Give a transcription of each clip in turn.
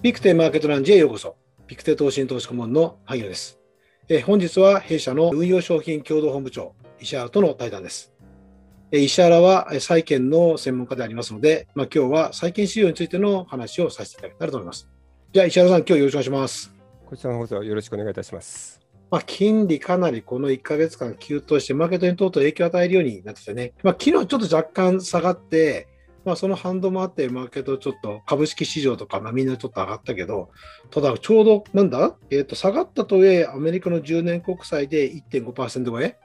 ピクテマーケットランジへようこそ。ピクテ投信投資顧問の萩野です。本日は弊社の運用商品共同本部長、石原との対談です。石原は債券の専門家でありますので、今日は債券市場についての話をさせていただけたらと思います。じゃあ石原さん、今日よろしくお願いします。 こちらの放送よろしくお願いいたします。 金利かなりこの1ヶ月間急騰してマーケットにとうとう影響を与えるようになってきたね。昨日ちょっと若干下がって、その反動もあってマーケットちょっと株式市場とか、みんなちょっと上がったけど、ただちょうど下がったとはいえアメリカの10年国債で 1.5% 超え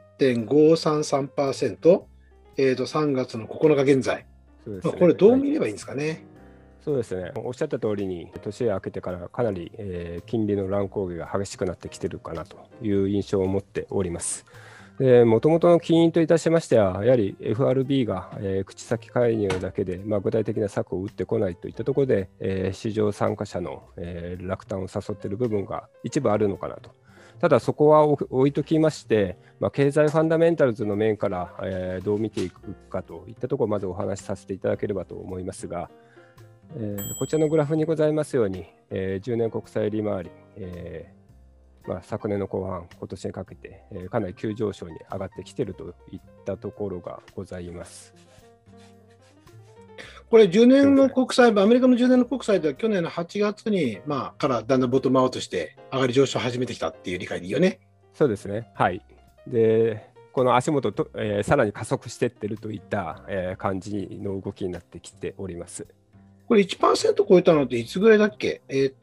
1.533%、3月の9日現在、これどう見ればいいんですかね。 そうですね、おっしゃった通りに年明けてからかなり、金利の乱高下が激しくなってきているかなという印象を持っております。もともとの起因といたしましては、やはり FRB が、口先介入だけで、具体的な策を打ってこないといったところで、市場参加者の、落胆を誘っている部分が一部あるのかなと。ただそこは置いときまして、経済ファンダメンタルズの面から、どう見ていくかといったところをまずお話しさせていただければと思いますが、こちらのグラフにございますように、10年国債利回り、昨年の後半、今年にかけて、かなり急上昇に上がってきているといったところがございます。 これ10年の国債、アメリカの10年の国債では去年の8月に、からだんだんボトムアウトして上がり上昇を始めてきたっていう理解でいいよね。 そうですね。はい。で、この足元と、さらに加速していっているといった、感じの動きになってきております。 これ 1% 超えたのっていつぐらいだっけ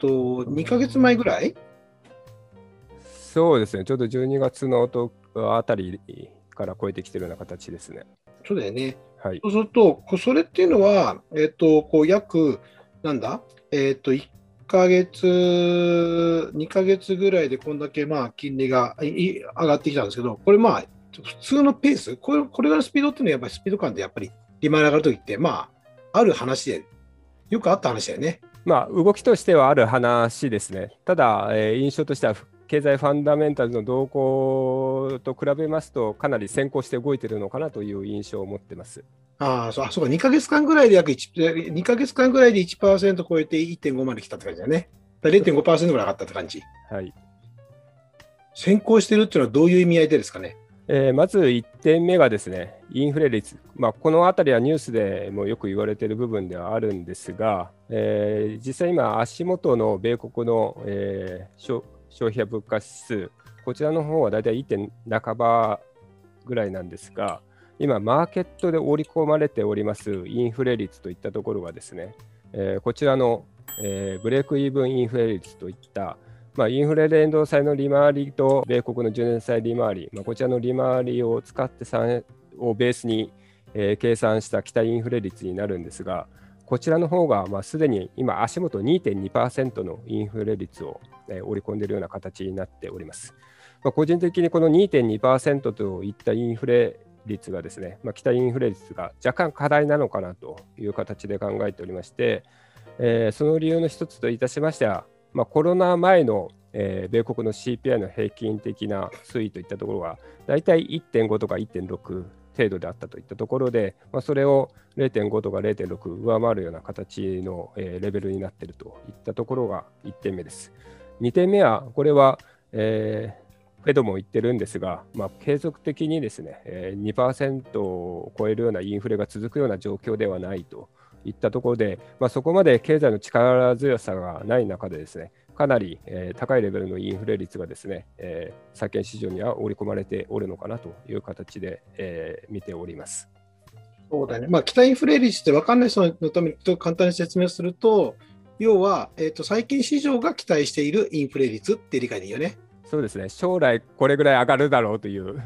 ？2ヶ月前ぐらい？ そうですね。ちょうど12月のあたりから超えてきているような形ですね。 そうだよね。 はい、 そうすると、それっていうのは、約、1ヶ月、2ヶ月ぐらいでこんだけ金利が上がってきたんですけど、これ普通のペース、これぐらいのスピードっていうのは、やっぱりスピード感でやっぱり利回り上がるときって、ある話で、よくあった話だよね。 動きとしてはある話ですね。ただ、印象としては経済ファンダメンタルズの動向と比べますと、かなり先行して動いているのかなという印象を持っています。 そうか、2ヶ月間ぐらいで2ヶ月間ぐらいで 1% 超えて 1.5 まで来たって感じだね。0.5% ぐらい上がったって感じ。 はい。 先行してるっていうのはどういう意味合いでですかね。 まず1点目がですね、インフレ率。このあたりはニュースでもよく言われている部分ではあるんですが、実際今、足元の米国の、消費者物価指数、こちらの方はだいたい 1. 半ばぐらいなんですが、今、マーケットで織り込まれておりますインフレ率といったところがですね、こちらの、ブレイクイーブンインフレ率といったインフレ連動債の利回りと米国の10年債利回り、こちらの利回りを使ってをベースに、計算した期待インフレ率になるんですが、こちらの方がすでに今足元 2.2% のインフレ率を、織り込んでいるような形になっております。個人的にこの 2.2% といったインフレ率がですね、期待インフレ率が若干課題なのかなという形で考えておりまして、その理由の一つといたしましては、コロナ前の、米国の CPI の平均的な推移といったところがだいたい 1.5 とか 1.6 程度であったといったところで、それを 0.5 とか 0.6 上回るような形の、レベルになっているといったところが1点目です。2点目は、これは、フェドも言ってるんですが、継続的にですね、2% を超えるようなインフレが続くような状況ではないといったところで、そこまで経済の力強さがない中でですね、かなり、高いレベルのインフレ率がですね、債券市場には織り込まれておるのかなという形で、見ております。 そうだね。期待インフレ率って分かんない人のために簡単に説明すると、要は、債券市場が期待しているインフレ率って理解でいいよね。 そうですね。将来これぐらい上がるだろうという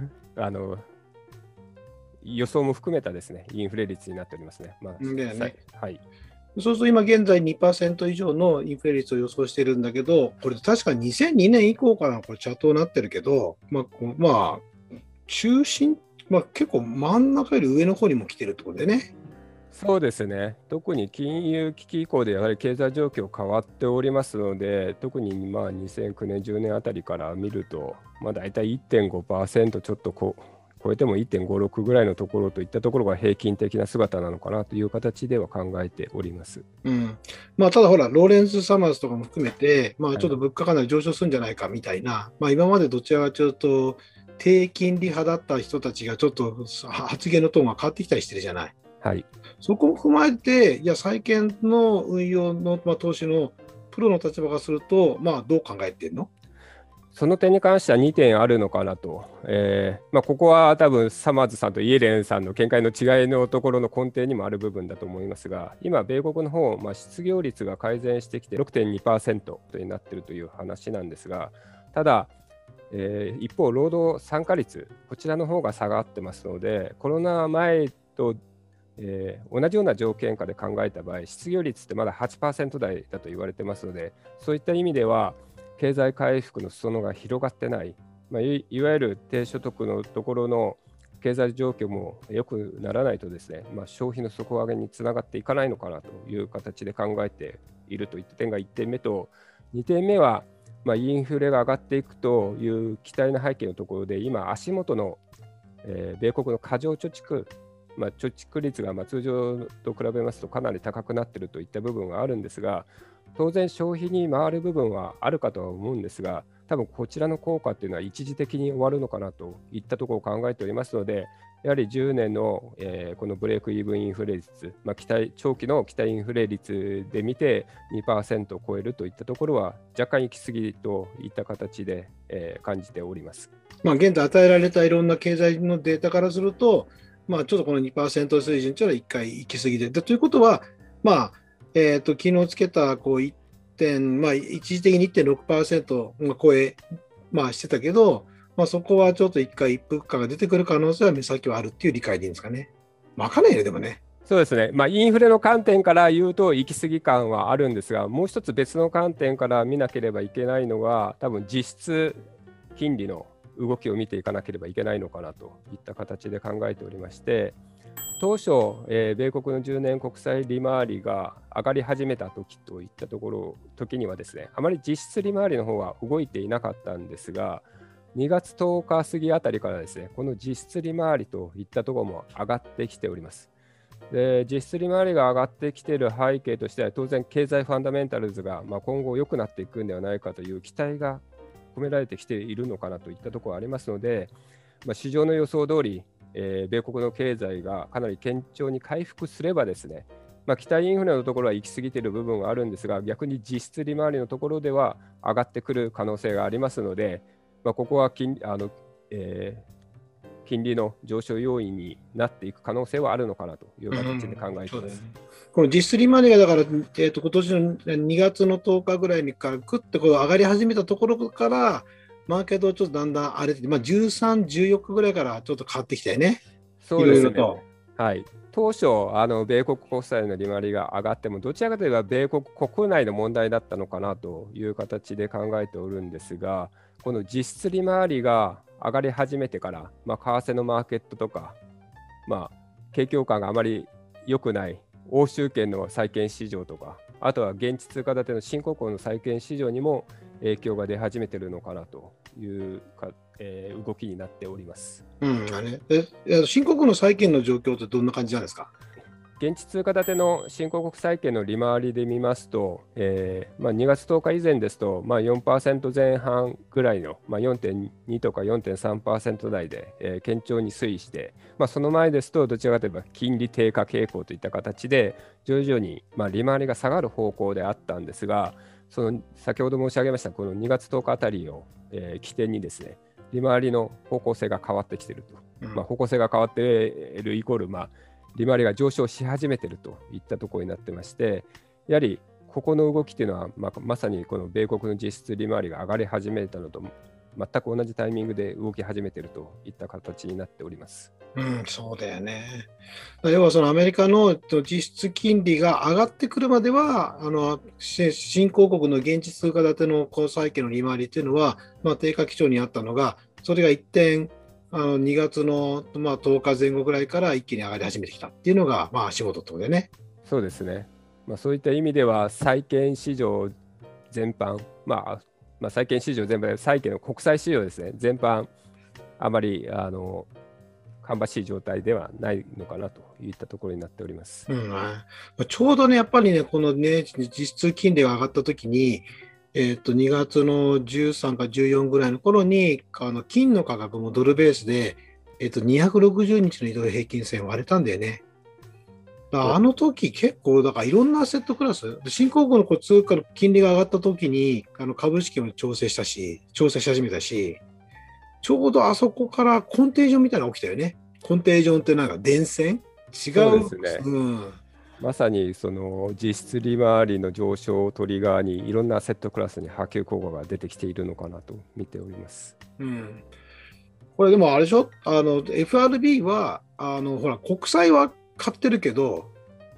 予想も含めたですね、インフレ率になっておりますね。 だよね。 はい。 そうすると今現在 2% 以上のインフレ率を予想してるんだけど、これ確か2002年以降からこれチャートになってるけど、中心、結構真ん中より上の方にも来てるってことでね。 そうですね。特に金融危機以降でやはり経済状況変わっておりますので、特に2009年、10年あたりから見ると、だいたい 1.5% ちょっと超えても 1.56 ぐらいのところといったところが平均的な姿なのかなという形では考えております。 ただほら、ローレンス・サマーズとかも含めて、ちょっはい、 と物価かなり上昇するんじゃないかみたいな、今までどちらかというと、低金利派だった人たちがちょっと発言のトーンが変わってきたりしてるじゃない。 はい、 そこを踏まえて、いや、債券の運用の、投資のプロの立場からすると、どう考えてるの？ その点に関しては2点あるのかなと、ここは多分サマーズさんとイエレンさんの見解の違いのところの根底にもある部分だと思いますが、今、米国の方、失業率が改善してきて 6.2% になっているという話なんですが、ただ、一方、労働参加率、こちらの方が下がってますので、コロナ前と、同じような条件下で考えた場合、失業率ってまだ 8% 台だと言われてますので、そういった意味では、経済回復の裾野が広がってない、いわゆる低所得のところの経済状況も良くならないとですね、消費の底上げにつながっていかないのかなという形で考えているといった点が1点目と、2点目は、インフレが上がっていくという期待の背景のところで、今、足元の、米国の過剰貯蓄、貯蓄率が通常と比べますとかなり高くなっているといった部分があるんですが、当然消費に回る部分はあるかとは思うんですが、多分こちらの効果というのは一時的に終わるのかなといったところを考えておりますので、やはり10年の、このブレイクイーブンインフレ率、長期の期待インフレ率で見て 2% を超えるといったところは若干行き過ぎといった形で、感じております。 現在与えられたいろんな経済のデータからすると、ちょっとこの 2% 水準というのは1回行き過ぎで、ということは、昨日つけた一時的に 1.6% 超え、してたけど、そこはちょっと一回一服感が出てくる可能性は目先はあるっていう理解でいいんですかね。わかんないよね、でもね。 そうですね、インフレの観点から言うと行き過ぎ感はあるんですが、もう一つ別の観点から見なければいけないのが、多分実質金利の動きを見ていかなければいけないのかなといった形で考えておりまして、当初、米国の10年国債利回りが上がり始めた時といった時にはですね、あまり実質利回りの方は動いていなかったんですが、2月10日過ぎあたりからですね、この実質利回りといったところも上がってきております。で、実質利回りが上がってきている背景としては、当然経済ファンダメンタルズが今後良くなっていくんではないかという期待が込められてきているのかなといったところがありますので、市場の予想通り、米国の経済がかなり堅調に回復すればですね、期待インフレのところは行き過ぎている部分があるんですが、逆に実質利回りのところでは上がってくる可能性がありますので、ここは金利の上昇要因になっていく可能性はあるのかなという形で考えています。 この実質利回りがだから、今年の2月の10日ぐらいにからぐっと上がり始めたところから、マーケットちょっとだんだん荒れて、13、14日ぐらいからちょっと変わってきたよね。 そうですね。 いろいろと。 はい。当初、米国国債の利回りが上がっても、どちらかといえば米国国内の問題だったのかなという形で考えておるんですが、この実質利回りが上がり始めてから、為替のマーケットとか、景況感があまり良くない欧州圏の債券市場とか、あとは現地通貨建ての新興国の債券市場にも影響が出始めているのかなという動きになっております。 新興国の債券の状況ってどんな感じなんですか？ 現地通貨建ての新興国債券の利回りで見ますと、2月10日以前ですと、4% 前半ぐらいの、4.2 とか 4.3% 台で、堅調に推移して、その前ですと、どちらかといえば金利低下傾向といった形で、徐々に、利回りが下がる方向であったんですが、先ほど申し上げましたこの2月10日あたりを、起点にですね、利回りの方向性が変わってきていると、方向性が変わっているイコール、利回りが上昇し始めているといったところになってまして、やはりここの動きというのは、まさにこの米国の実質利回りが上がり始めたのと全く同じタイミングで動き始めているといった形になっております。 そうだよね。要はそのアメリカの実質金利が上がってくるまでは、新興国の現地通貨建ての債券の利回りというのは、低下基調にあったのが、それが一転、2月の10日前後ぐらいから一気に上がり始めてきたっていうのが、足元ってことでね。 そうですね。そういった意味では、債券市場全般、債券市場全般、債券の国債市場ですね、全般、あまり芳しい状態ではないのかなといったところになっております。 ちょうどね、やっぱりね、このね、実質金利が上がったときに、2月の13か14ぐらいの頃に、金の価格もドルベースで、260日の移動平均線割れたんだよね。あの時結構、だからいろんなアセットクラス、新興国の通貨の金利が上がった時に、株式も調整し始めたし、ちょうどあそこからコンテージョンみたいなのが起きたよね。コンテージョンってなんか電線違う。 そうですね。まさにその実質利回りの上昇をトリガーにいろんなアセットクラスに波及効果が出てきているのかなと見ております。 これでもあれでしょ、FRB はほら国債は買ってるけど、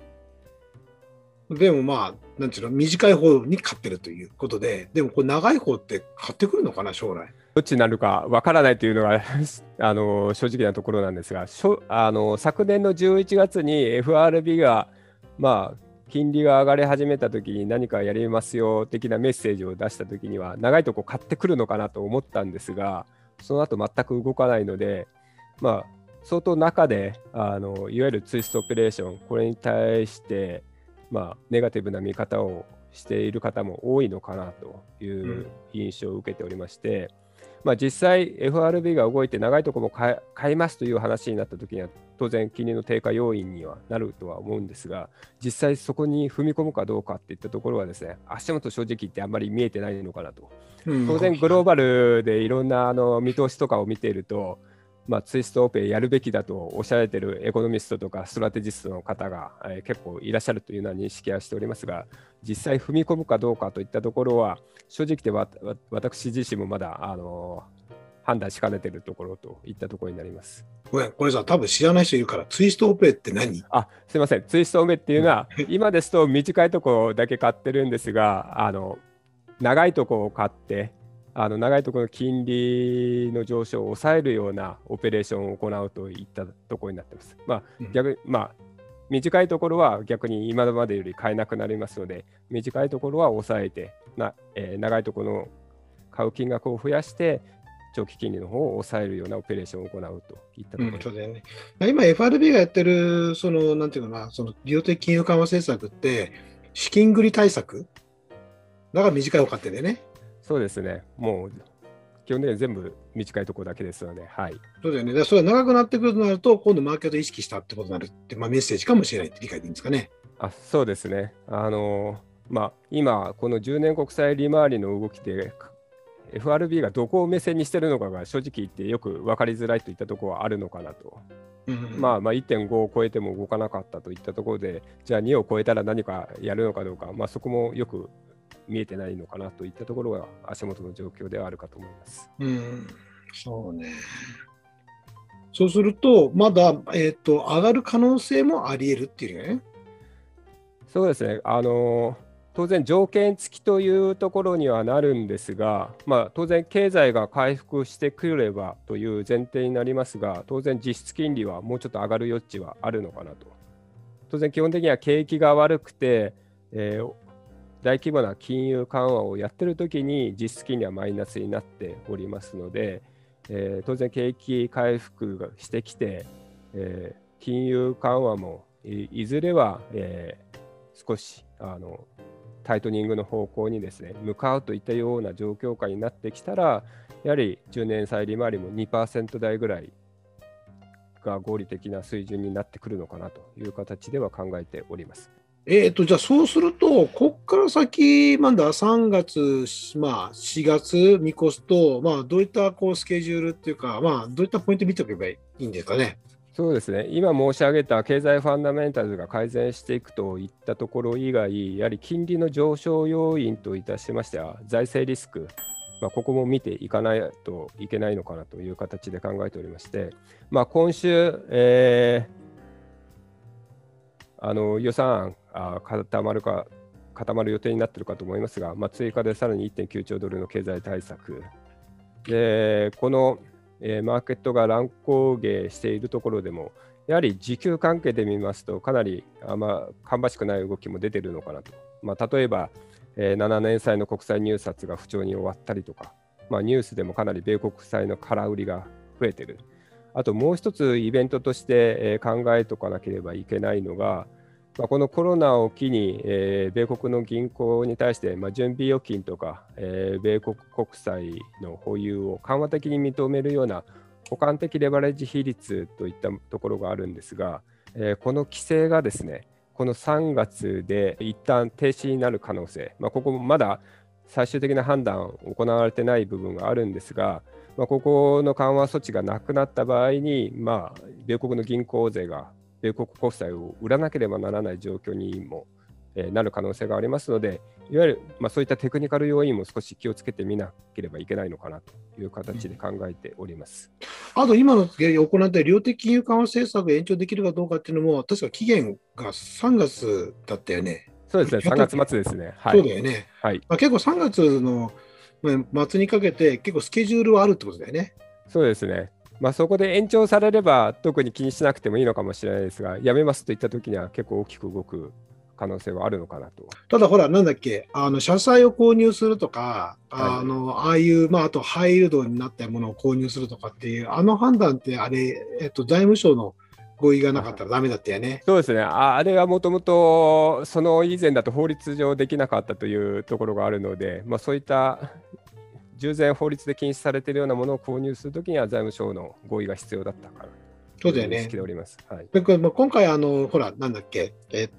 でもまあなんていうの、短い方に買ってるということで、でもこれ長い方って買ってくるのかな、将来。 どっちになるかわからないというのが正直なところなんですが、昨年の11月に FRB が金利が上がり始めたときに何かやりますよ的なメッセージを出したときには長いとこ買ってくるのかなと思ったんですが、その後全く動かないので、相当中でいわゆるツイストオペレーション、これに対してネガティブな見方をしている方も多いのかなという印象を受けておりまして、実際 FRB が動いて長いところも買いますという話になったときには当然金利の低下要因にはなるとは思うんですが、実際そこに踏み込むかどうかっていったところはですね、足元正直言ってあんまり見えてないのかなと。当然グローバルでいろんな見通しとかを見ていると、ツイストオペやるべきだとおっしゃられているエコノミストとかストラテジストの方が、結構いらっしゃるというような認識はしておりますが、実際踏み込むかどうかといったところは正直言って私自身もまだ判断しかねているところといったところになります。 これさ、多分知らない人いるから、ツイストオペって何？ すいません、ツイストオペっていうのは今ですと短いところだけ買ってるんですが、長いところを買って長いところの金利の上昇を抑えるようなオペレーションを行うといったところになっています。逆に短いところは逆に今までより買えなくなりますので、短いところは抑えて長いところの買う金額を増やして長期金利の方を抑えるようなオペレーションを行うといったところ、 そうだよね。今 FRB がやってるなんていうかな、量的金融緩和政策って資金繰り対策だから短い方買ってんだよね。 そうですね。もう基本的に全部短いところだけですので、 そうだよね。だからそれが長くなってくるとなると、今度マーケット意識したってことになるって、メッセージかもしれないって理解でいいんですかね。 そうですね。今、この10年国債利回りの動きで、FRB がどこを目線にしているのかが正直言ってよく分かりづらいといったところはあるのかなと。1.5 を超えても動かなかったといったところで、じゃあ2を超えたら何かやるのかどうか、そこもよく見えてないのかなといったところが足元の状況ではあるかと思います。 そうね。そうすると、まだ、上がる可能性もあり得るっていうね。 そうですね。当然条件付きというところにはなるんですが、当然経済が回復してくればという前提になりますが、当然実質金利はもうちょっと上がる余地はあるのかなと。当然基本的には景気が悪くて、大規模な金融緩和をやっているときに実質金利はマイナスになっておりますので、当然景気回復がしてきて、金融緩和もいずれは、少しタイトニングの方向にですね向かうといったような状況下になってきたら、やはり10年債利回りも 2% 台ぐらいが合理的な水準になってくるのかなという形では考えております。 じゃあそうすると、こっから先、3月、4月見越すと、どういったスケジュールっていうか、どういったポイント見ておけばいいんですかね。 そうですね、今申し上げた経済ファンダメンタルズが改善していくといったところ以外、やはり金利の上昇要因といたしましては、財政リスク、ここも見ていかないといけないのかなという形で考えておりまして、今週、予算案固まる予定になっているかと思いますが、追加でさらに 1.9 兆ドルの経済対策で、このマーケットが乱高下しているところでも、やはり需給関係で見ますと、かなり芳しくない動きも出ているのかなと。例えば、7年債の国債入札が不調に終わったりとか、ニュースでもかなり米国債の空売りが増えている。 あともう一つイベントとして考えておかなければいけないのが、このコロナを機に米国の銀行に対して準備預金とか米国国債の保有を緩和的に認めるような補完的レバレッジ比率といったところがあるんですが、この規制がですね、この3月で一旦停止になる可能性、ここもまだ最終的な判断行われてない部分があるんですが、ここの緩和措置がなくなった場合に、米国の銀行勢が米国国債を売らなければならない状況にもなる可能性がありますので、いわゆるそういったテクニカル要因も少し気をつけてみなければいけないのかなという形で考えております。 あと今の行った量的金融緩和政策を延長できるかどうかっていうのも、確か期限が3月だったよね。 そうですね、3月末ですね。 そうだよね。 はい。 結構3月の末にかけて結構スケジュールはあるってことだよね。 そうですね。そこで延長されれば特に気にしなくてもいいのかもしれないですが、やめますといったときには結構大きく動く可能性はあるのかなと。 ただほら、なんだっけ、社債を購入するとか、ああいう、あとハイイールドになったものを購入するとかっていう、判断ってあれ、財務省の合意がなかったらダメだったよね。 そうですね。あれはもともとその以前だと法律上できなかったというところがあるので、そういった従前法律で禁止されているようなものを購入するときには財務省の合意が必要だったからそうだよね。 認識でおります。はい、 今回ほら、なんだっけ、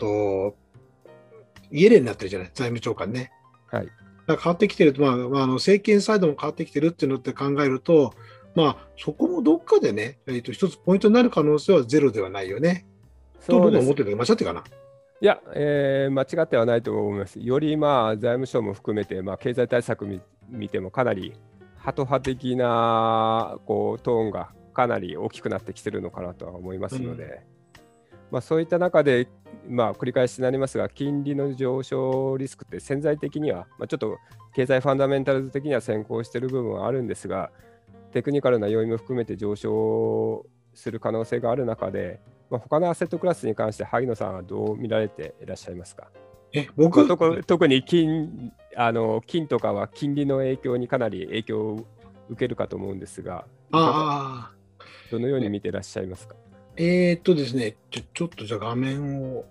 イエレンになってるじゃない、財務長官ね。 はい。 だから変わってきてると、政権サイドも変わってきてるっていうのって考えると、そこもどっかでね、一つポイントになる可能性はゼロではないよね。と僕は思ってるけど、間違ってるかな。 いや、間違ってはないと思います。より財務省も含めて、経済対策見てもかなりハト派的なトーンがかなり大きくなってきてるのかなとは思いますので、そういった中で、繰り返しになりますが、金利の上昇リスクって潜在的には、ちょっと経済ファンダメンタルズ的には先行している部分はあるんですが、テクニカルな要因も含めて上昇する可能性がある中で、他のアセットクラスに関して萩野さんはどう見られていらっしゃいますか？ 僕特に金とかは金利の影響にかなり影響を受けるかと思うんですが、どのように見ていらっしゃいますか？ ですね、ちょっとじゃあ画面を。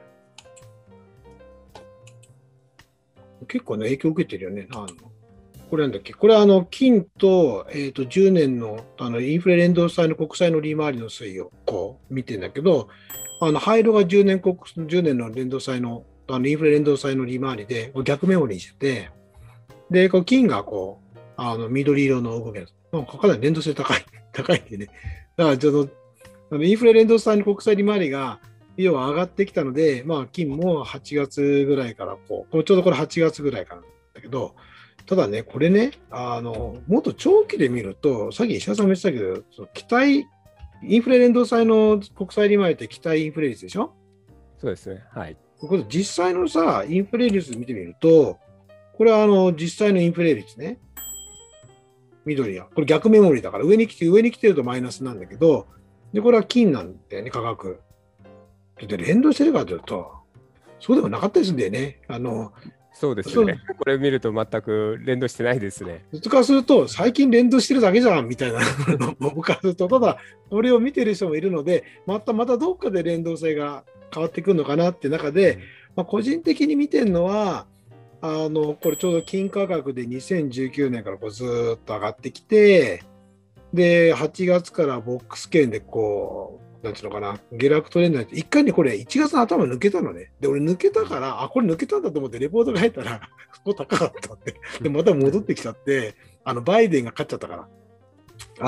結構ね、影響を受けてるよね。これなんだっけ、これは金と、10年の、インフレ連動債の国債の利回りの推移をこう見てるんだけど、灰色が10年の連動債の、インフレ連動債の利回りで逆メモリにしてて、で、金が緑色の動きです。かなり連動性高いんでね。だからちょっと、インフレ連動債の国債利回りが、要は上がってきたので、金も8月ぐらいからちょうどこれ8月ぐらいからだけど、ただね、これね、もっと長期で見ると、さっき石田さんも言ってたけど、インフレ連動債の国債利回りって期待インフレ率でしょ？ そうですね。はい。 これ実際のさ、インフレ率見てみると、これは実際のインフレ率ね。緑や。これ逆メモリだから上に来てるとマイナスなんだけど、で、これは金なんだよね、価格。で、連動してるかというと、そうでもなかったりするんだよね。 そうですね。これ見ると全く連動してないですね。 そこからすると、最近連動してるだけじゃんみたいなの僕からすると、ただ、これを見てる人もいるので、またどっかで連動性が変わってくるのかなって中で、個人的に見てるのは、これちょうど金価格で2019年からずーっと上がってきて、で、8月からボックス圏でなんていうのかな、下落トレンドになって、一回ね、これ1月の頭抜けたのね。で、俺抜けたから、これ抜けたんだと思ってレポートが入ったら、そこ高かったって。で、また戻ってきちゃって、バイデンが勝っちゃったから。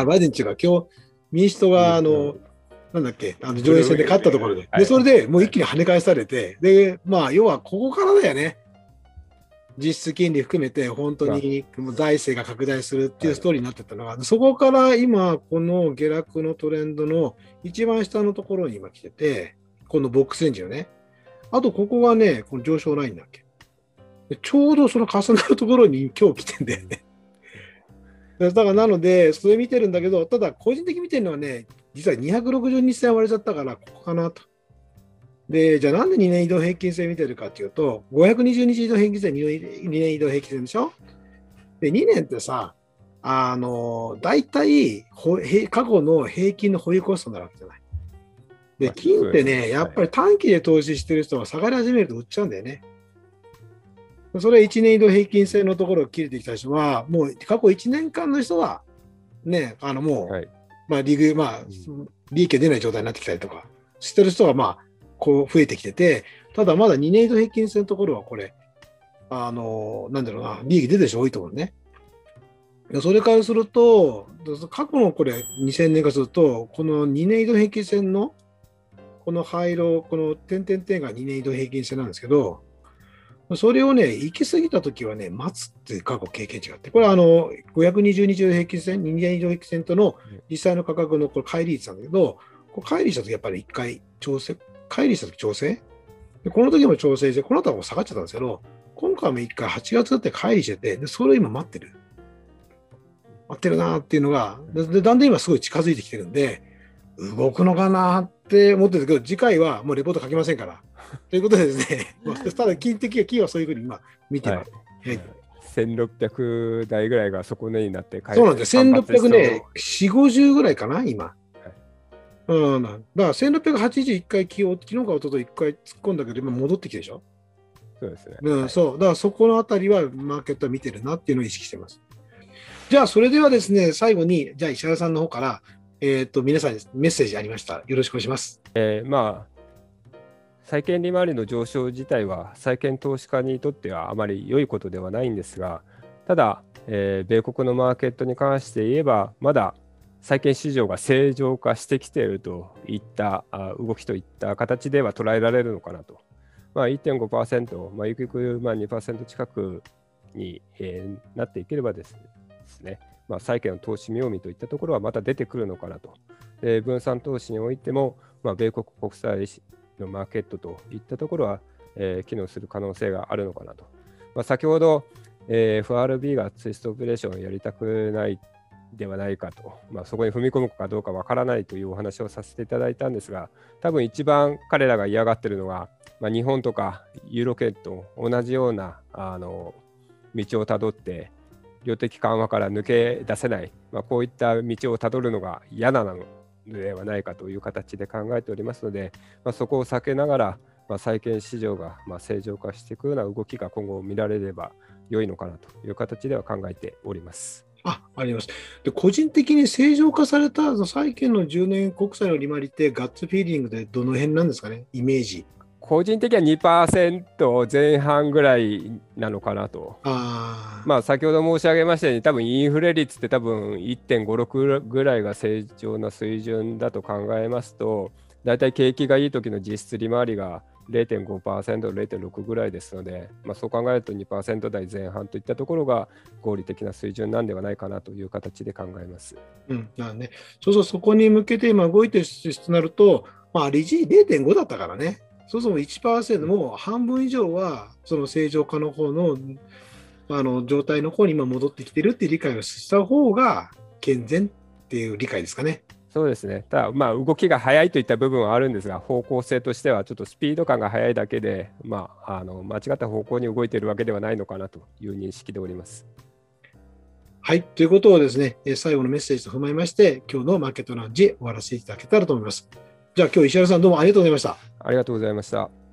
バイデンっていうか、今日、民主党が、なんだっけ、上院選で勝ったところで。で、それでもう一気に跳ね返されて、で、要はここからだよね。実質金利含めて本当に財政が拡大するっていうストーリーになってたのが、そこから今この下落のトレンドの一番下のところに今来てて、このボックスレンジよね。あとここがね、この上昇ラインだっけ。ちょうどその重なるところに今日来てんだよね。だからなので、それ見てるんだけど、ただ個人的に見てるのはね、実は260日線割れちゃったから、ここかなと。で、じゃあなんで2年移動平均線見てるかっていうと、520日移動平均線、2年移動平均線でしょ？で、2年ってさ、 大体過去の平均の保有コストになるわけじゃない。で、金ってね、やっぱり短期で投資してる人は下がり始めると売っちゃうんだよね。それ1年移動平均線のところを切れてきた人は、もう過去1年間の人は、ね、もう、 はい、 利益が出ない状態になってきたりとかしてる人が、こう増えてきてて、ただまだ2年移動平均線のところはこれ、なんだろうな、利益出てる人多いと思うね。それからすると、過去のこれ2000年化すると、この2年移動平均線のこの灰色、この点々々が2年移動平均線なんですけど、それをね、行き過ぎたときはね、待つっていう過去経験値があって、これは520日平均線、2年移動平均線との実際の価格のこれ乖離率なんだけど、これ乖離したときやっぱり1回調整、乖離したとき調整で、この時も調整して、この後はもう下がっちゃったんですけど、今回も1回8月だって乖離してて、でそれを今待ってる。待ってるなっていうのが、だんだん今すごい近づいてきてるんで、動くのかなって思ってるんですけど、次回はもうレポート書きませんから。ということでですね、ただ金はそういうふうに今見てます。はい、 1600台ぐらいが底値になってそうなんです。1600ね、4、50ぐらいかな、今。はい、だから1681回、昨日か一昨日1回突っ込んだけど、今戻ってきてでしょ。 そうですね。 そう。だからそこのあたりはマーケットは見てるなっていうのを意識してます。じゃあ、それではですね、最後に、じゃあ石原さんの方から、皆さんにメッセージありました。よろしくお願いします。 債券利回りの上昇自体は債券投資家にとってはあまり良いことではないんですが、ただ、米国のマーケットに関して言えば、まだ債券市場が正常化してきているといった動きといった形では捉えられるのかなと。1.5%、ゆくゆく2% 近くに、なっていければですね、債券の投資妙味といったところはまた出てくるのかなと。分散投資においても、米国国債のマーケットといったところは、機能する可能性があるのかなと。先ほど、FRB がツイストオペレーションをやりたくないではないかと、そこに踏み込むかどうかわからないというお話をさせていただいたんですが、多分一番彼らが嫌がっているのは、日本とかユーロ圏と同じような道をたどって、量的緩和から抜け出せない、こういった道をたどるのが嫌なのではないかという形で考えておりますので、そこを避けながら、債券市場が正常化していくような動きが今後見られれば良いのかなという形では考えております。 あります。で、個人的に正常化された債券の10年国債の利回りってガッツフィーリングでどの辺なんですかね、イメージ。 個人的には 2% 前半ぐらいなのかなと。先ほど申し上げましたように、多分インフレ率って多分 1.56 ぐらいが正常な水準だと考えますと、だいたい景気がいい時の実質利回りが 0.5%、0.6 ぐらいですので、そう考えると 2% 台前半といったところが合理的な水準なんではないかなという形で考えます。 そこに向けて今動いてるとなると、利子 0.5 だったからね。そうすると 1% も半分以上はその正常化の方の状態の方に今戻ってきてるっていう理解をした方が健全っていう理解ですかね。 そうですね。ただ動きが早いといった部分はあるんですが、方向性としてはちょっとスピード感が速いだけで、間違った方向に動いているわけではないのかなという認識でおります。 はい、ということをですね、最後のメッセージと踏まえまして、今日のマーケットラウンジ終わらせていただけたらと思います。じゃあ今日石原さんどうもありがとうございました。 ありがとうございました。